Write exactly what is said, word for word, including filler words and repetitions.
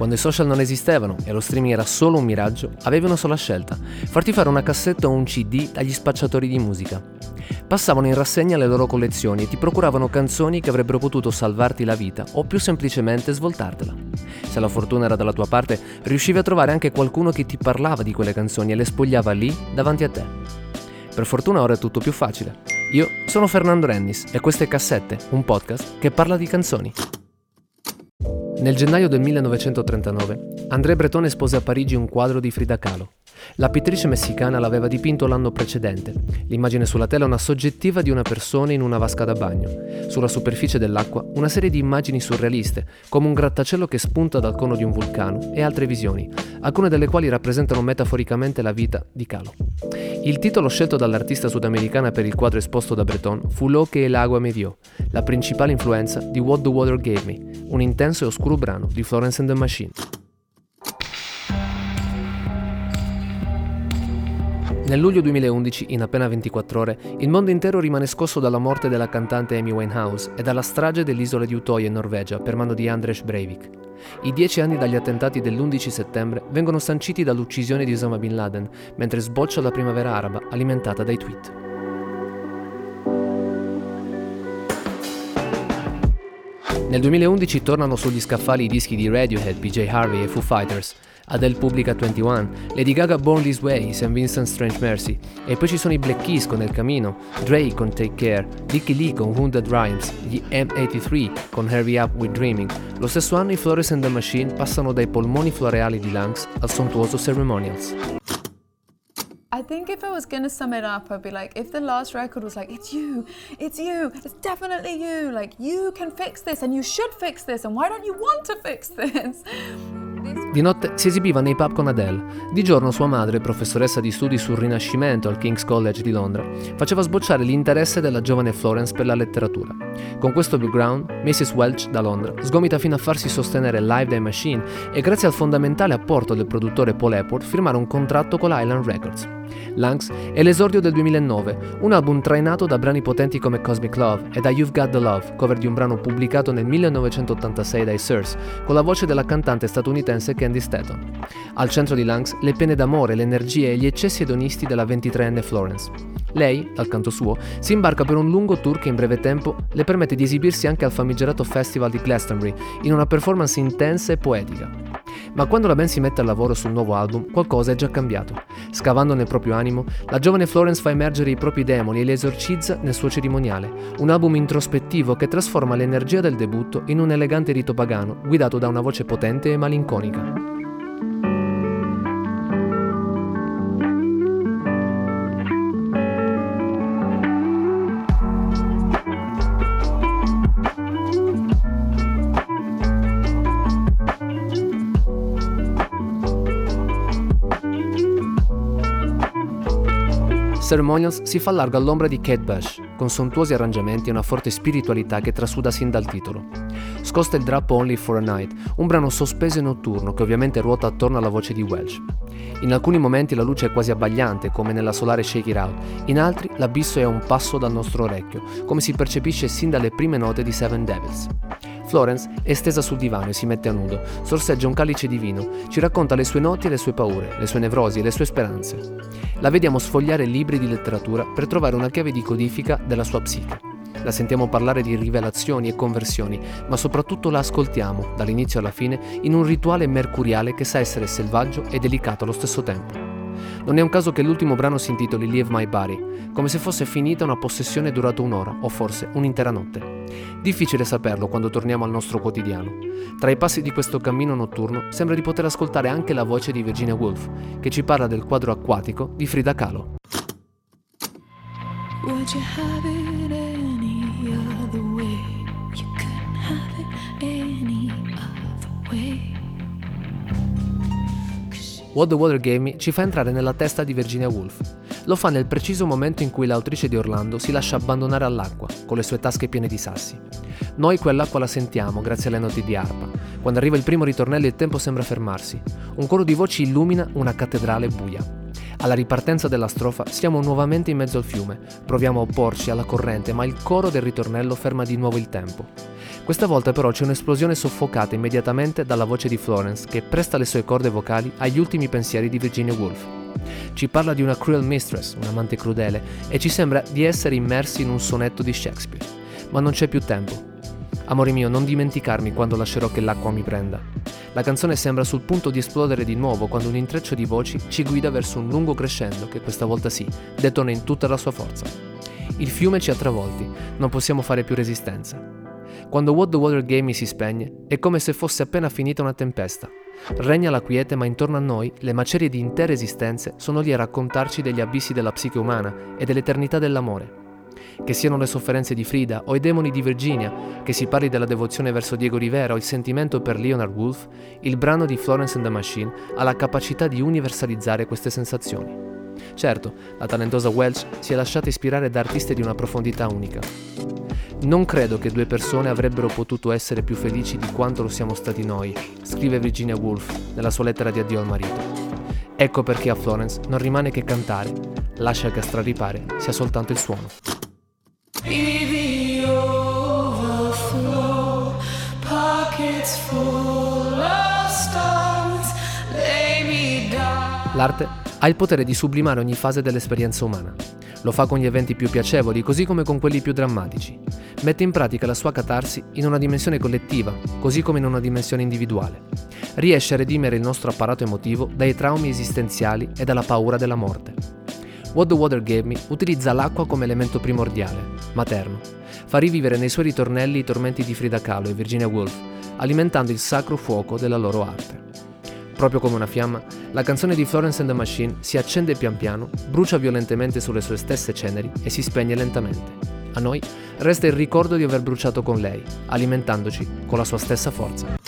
Quando i social non esistevano e lo streaming era solo un miraggio, avevi una sola scelta: farti fare una cassetta o un C D dagli spacciatori di musica. Passavano in rassegna le loro collezioni e ti procuravano canzoni che avrebbero potuto salvarti la vita o più semplicemente svoltartela. Se la fortuna era dalla tua parte, riuscivi a trovare anche qualcuno che ti parlava di quelle canzoni e le spogliava lì davanti a te. Per fortuna ora è tutto più facile. Io sono Fernando Rennis e questo è Cassette, un podcast che parla di canzoni. Nel gennaio del millenovecentotrentanove, André Breton espose a Parigi un quadro di Frida Kahlo. La pittrice messicana l'aveva dipinto l'anno precedente. L'immagine sulla tela è una soggettiva di una persona in una vasca da bagno. Sulla superficie dell'acqua una serie di immagini surrealiste, come un grattacielo che spunta dal cono di un vulcano e altre visioni, alcune delle quali rappresentano metaforicamente la vita di Kahlo. Il titolo scelto dall'artista sudamericana per il quadro esposto da Breton fu Lo que el agua me dio, la principale influenza di What the Water Gave Me, un intenso e oscuro brano di Florence and the Machine. Nel luglio duemilaundici, in appena ventiquattro ore, il mondo intero rimane scosso dalla morte della cantante Amy Winehouse e dalla strage dell'isola di Utøya in Norvegia per mano di Anders Breivik. I dieci anni dagli attentati dell'undici settembre vengono sanciti dall'uccisione di Osama Bin Laden, mentre sboccia la primavera araba alimentata dai tweet. Nel duemilaundici tornano sugli scaffali i dischi di Radiohead, P J Harvey e Foo Fighters, Adele pubblica ventuno, Lady Gaga Born This Way, Saint Vincent Strange Mercy, e poi ci sono i Black Keys con El Camino, Drake con Take Care, Dicky Lee con Wounded Rhymes, gli M ottantatré con Hurry Up With Dreaming. Lo stesso anno i Florence and the Machine passano dai polmoni floreali di Lungs al sontuoso Ceremonials. I think if I was gonna sum it up, I'd be like, if the last record was like, it's you, it's you, it's definitely you, like, you can fix this and you should fix this, and why don't you want to fix this? Di notte si esibiva nei pub con Adele. Di giorno sua madre, professoressa di studi sul Rinascimento al King's College di Londra, faceva sbocciare l'interesse della giovane Florence per la letteratura. Con questo background, missus Welch da Londra sgomita fino a farsi sostenere live dai Machine e grazie al fondamentale apporto del produttore Paul Epworth firmare un contratto con l'Island Records. Lungs è l'esordio del duemilanove, un album trainato da brani potenti come Cosmic Love e da You've Got the Love, cover di un brano pubblicato nel millenovecentottantasei dai Sirs, con la voce della cantante statunitense Candy Staton. Al centro di Lungs le pene d'amore, le energie e gli eccessi edonisti della ventitreenne Florence. Lei, dal canto suo, si imbarca per un lungo tour che in breve tempo le permette di esibirsi anche al famigerato Festival di Glastonbury in una performance intensa e poetica. Ma quando la band si mette al lavoro sul nuovo album, qualcosa è già cambiato. Scavando nel proprio animo, la giovane Florence fa emergere i propri demoni e li esorcizza nel suo cerimoniale, un album introspettivo che trasforma l'energia del debutto in un elegante rito pagano, guidato da una voce potente e malinconica. Ceremonials si fa largo all'ombra di Kate Bush, con sontuosi arrangiamenti e una forte spiritualità che trasuda sin dal titolo. Scosta il drop Only for a Night, un brano sospeso e notturno che ovviamente ruota attorno alla voce di Welch. In alcuni momenti la luce è quasi abbagliante, come nella solare Shake It Out, in altri l'abisso è a un passo dal nostro orecchio, come si percepisce sin dalle prime note di Seven Devils. Florence è stesa sul divano e si mette a nudo, sorseggia un calice di vino, ci racconta le sue notti e le sue paure, le sue nevrosi e le sue speranze. La vediamo sfogliare libri di letteratura per trovare una chiave di codifica della sua psiche. La sentiamo parlare di rivelazioni e conversioni, ma soprattutto la ascoltiamo, dall'inizio alla fine, in un rituale mercuriale che sa essere selvaggio e delicato allo stesso tempo. Non è un caso che l'ultimo brano si intitoli Leave My Body, come se fosse finita una possessione durata un'ora, o forse un'intera notte. Difficile saperlo quando torniamo al nostro quotidiano. Tra i passi di questo cammino notturno sembra di poter ascoltare anche la voce di Virginia Woolf, che ci parla del quadro acquatico di Frida Kahlo. Would you have it any other way? You couldn't have it any other way. What the Water Gave Me ci fa entrare nella testa di Virginia Woolf. Lo fa nel preciso momento in cui l'autrice di Orlando si lascia abbandonare all'acqua, con le sue tasche piene di sassi. Noi quell'acqua la sentiamo grazie alle noti di arpa. Quando arriva il primo ritornello il tempo sembra fermarsi. Un coro di voci illumina una cattedrale buia. Alla ripartenza della strofa siamo nuovamente in mezzo al fiume, proviamo a opporci alla corrente, ma il coro del ritornello ferma di nuovo il tempo. Questa volta però c'è un'esplosione soffocata immediatamente dalla voce di Florence che presta le sue corde vocali agli ultimi pensieri di Virginia Woolf. Ci parla di una cruel mistress, un'amante crudele, e ci sembra di essere immersi in un sonetto di Shakespeare. Ma non c'è più tempo. Amore mio, non dimenticarmi quando lascerò che l'acqua mi prenda. La canzone sembra sul punto di esplodere di nuovo quando un intreccio di voci ci guida verso un lungo crescendo che questa volta sì, detona in tutta la sua forza. Il fiume ci ha travolti, non possiamo fare più resistenza. Quando What the Water Gave Me si spegne, è come se fosse appena finita una tempesta. Regna la quiete, ma intorno a noi le macerie di intere esistenze sono lì a raccontarci degli abissi della psiche umana e dell'eternità dell'amore. Che siano le sofferenze di Frida o i demoni di Virginia, che si parli della devozione verso Diego Rivera o il sentimento per Leonard Woolf, il brano di Florence and the Machine ha la capacità di universalizzare queste sensazioni. Certo, la talentosa Welch si è lasciata ispirare da artisti di una profondità unica. Non credo che due persone avrebbero potuto essere più felici di quanto lo siamo stati noi, scrive Virginia Woolf nella sua lettera di addio al marito. Ecco perché a Florence non rimane che cantare, lascia che a straripare sia soltanto il suono. Baby, overflow, pockets full of stones, lay me down. L'arte ha il potere di sublimare ogni fase dell'esperienza umana. Lo fa con gli eventi più piacevoli, così come con quelli più drammatici. Mette in pratica la sua catarsi in una dimensione collettiva, così come in una dimensione individuale. Riesce a redimere il nostro apparato emotivo dai traumi esistenziali e dalla paura della morte. What the Water Gave Me utilizza l'acqua come elemento primordiale, materno. Fa rivivere nei suoi ritornelli i tormenti di Frida Kahlo e Virginia Woolf, alimentando il sacro fuoco della loro arte. Proprio come una fiamma, la canzone di Florence and the Machine si accende pian piano, brucia violentemente sulle sue stesse ceneri e si spegne lentamente. A noi resta il ricordo di aver bruciato con lei, alimentandoci con la sua stessa forza.